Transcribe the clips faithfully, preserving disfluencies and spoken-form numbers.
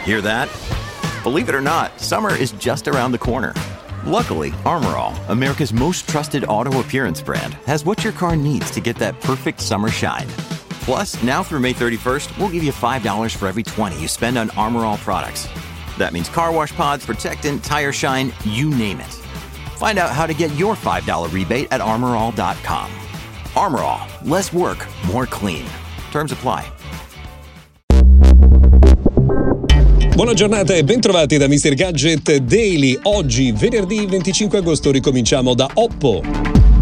Hear that? Believe it or not, summer is just around the corner. Luckily, Armor All, America's most trusted auto appearance brand, has what your car needs to get that perfect summer shine. Plus, now through May thirty-first, we'll give you five dollars for every twenty you spend on Armor All products. That means car wash pods, protectant, tire shine, you name it. Find out how to get your five dollars rebate at armor all dot com. Armor All, less work, more clean. Terms apply. Buona giornata e bentrovati da mister Gadget Daily. Oggi, venerdì venticinque agosto, ricominciamo da Oppo.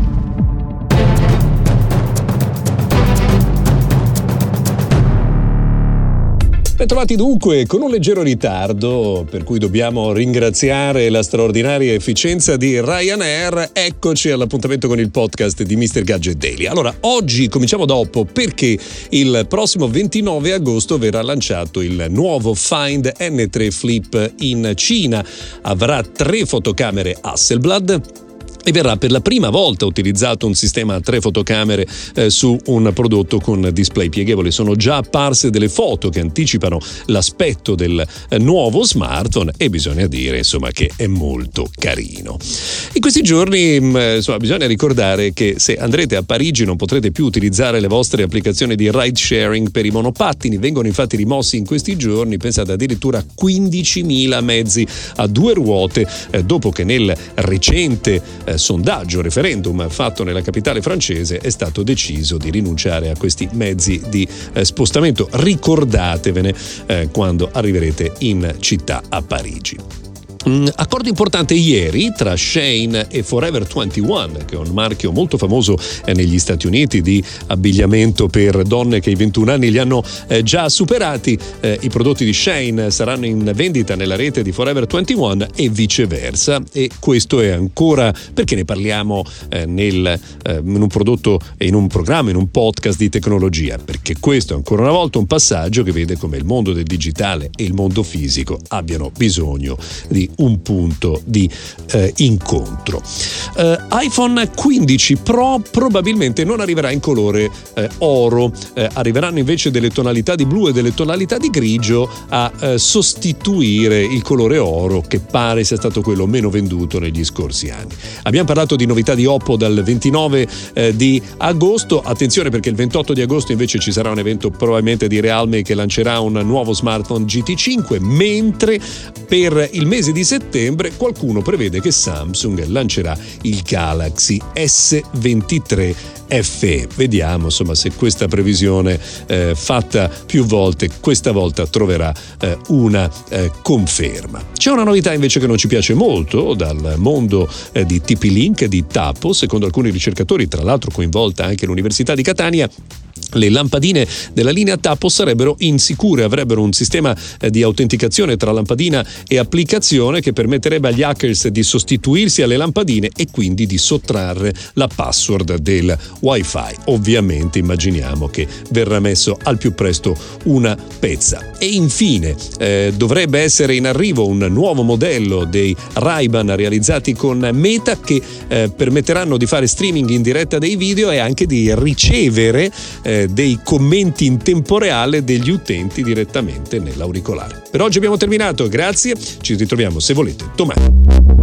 Bentrovati dunque, con un leggero ritardo, per cui dobbiamo ringraziare la straordinaria efficienza di Ryanair, eccoci all'appuntamento con il podcast di mister Gadget Daily. Allora, oggi cominciamo da Oppo perché il prossimo ventinove agosto verrà lanciato il nuovo Find N tre Flip in Cina. Avrà tre fotocamere Hasselblad e verrà per la prima volta utilizzato un sistema a tre fotocamere eh, su un prodotto con display pieghevole. Sono già apparse delle foto che anticipano l'aspetto del eh, nuovo smartphone e bisogna dire insomma che è molto carino. In questi giorni mh, insomma bisogna ricordare che se andrete a Parigi non potrete più utilizzare le vostre applicazioni di ride sharing per i monopattini. Vengono infatti rimossi in questi giorni, pensate, addirittura quindicimila mezzi a due ruote eh, dopo che nel recente eh, sondaggio, referendum fatto nella capitale francese, è stato deciso di rinunciare a questi mezzi di eh, spostamento. Ricordatevene eh, quando arriverete in città a Parigi. Mm, accordo importante ieri tra Shein e Forever ventuno, che è un marchio molto famoso eh, negli Stati Uniti di abbigliamento per donne che i ventuno anni li hanno eh, già superati. Eh, I prodotti di Shein saranno in vendita nella rete di Forever ventuno e viceversa, e questo è ancora perché ne parliamo eh, nel, eh, in un prodotto e in un programma, in un podcast di tecnologia, perché questo è ancora una volta un passaggio che vede come il mondo del digitale e il mondo fisico abbiano bisogno di un punto di eh, incontro. Eh, iPhone quindici Pro probabilmente non arriverà in colore eh, oro, eh, arriveranno invece delle tonalità di blu e delle tonalità di grigio a eh, sostituire il colore oro, che pare sia stato quello meno venduto negli scorsi anni. Abbiamo parlato di novità di Oppo dal ventinove eh, di agosto. Attenzione, perché il ventotto di agosto invece ci sarà un evento probabilmente di Realme che lancerà un nuovo smartphone G T cinque, mentre per il mese di settembre qualcuno prevede che Samsung lancerà il Galaxy S ventitré F E. Vediamo insomma se questa previsione eh, fatta più volte questa volta troverà eh, una eh, conferma. C'è una novità invece che non ci piace molto dal mondo eh, di T P-Link, di Tapo. Secondo alcuni ricercatori, tra l'altro coinvolta anche l'Università di Catania, le lampadine della linea Tapo sarebbero insicure, avrebbero un sistema di autenticazione tra lampadina e applicazione che permetterebbe agli hackers di sostituirsi alle lampadine e quindi di sottrarre la password del Wi-Fi. Ovviamente immaginiamo che verrà messo al più presto una pezza. E infine eh, dovrebbe essere in arrivo un nuovo modello dei Ray-Ban realizzati con Meta che eh, permetteranno di fare streaming in diretta dei video e anche di ricevere eh, dei commenti in tempo reale degli utenti direttamente nell'auricolare. Per oggi abbiamo terminato, grazie, ci ritroviamo se volete domani.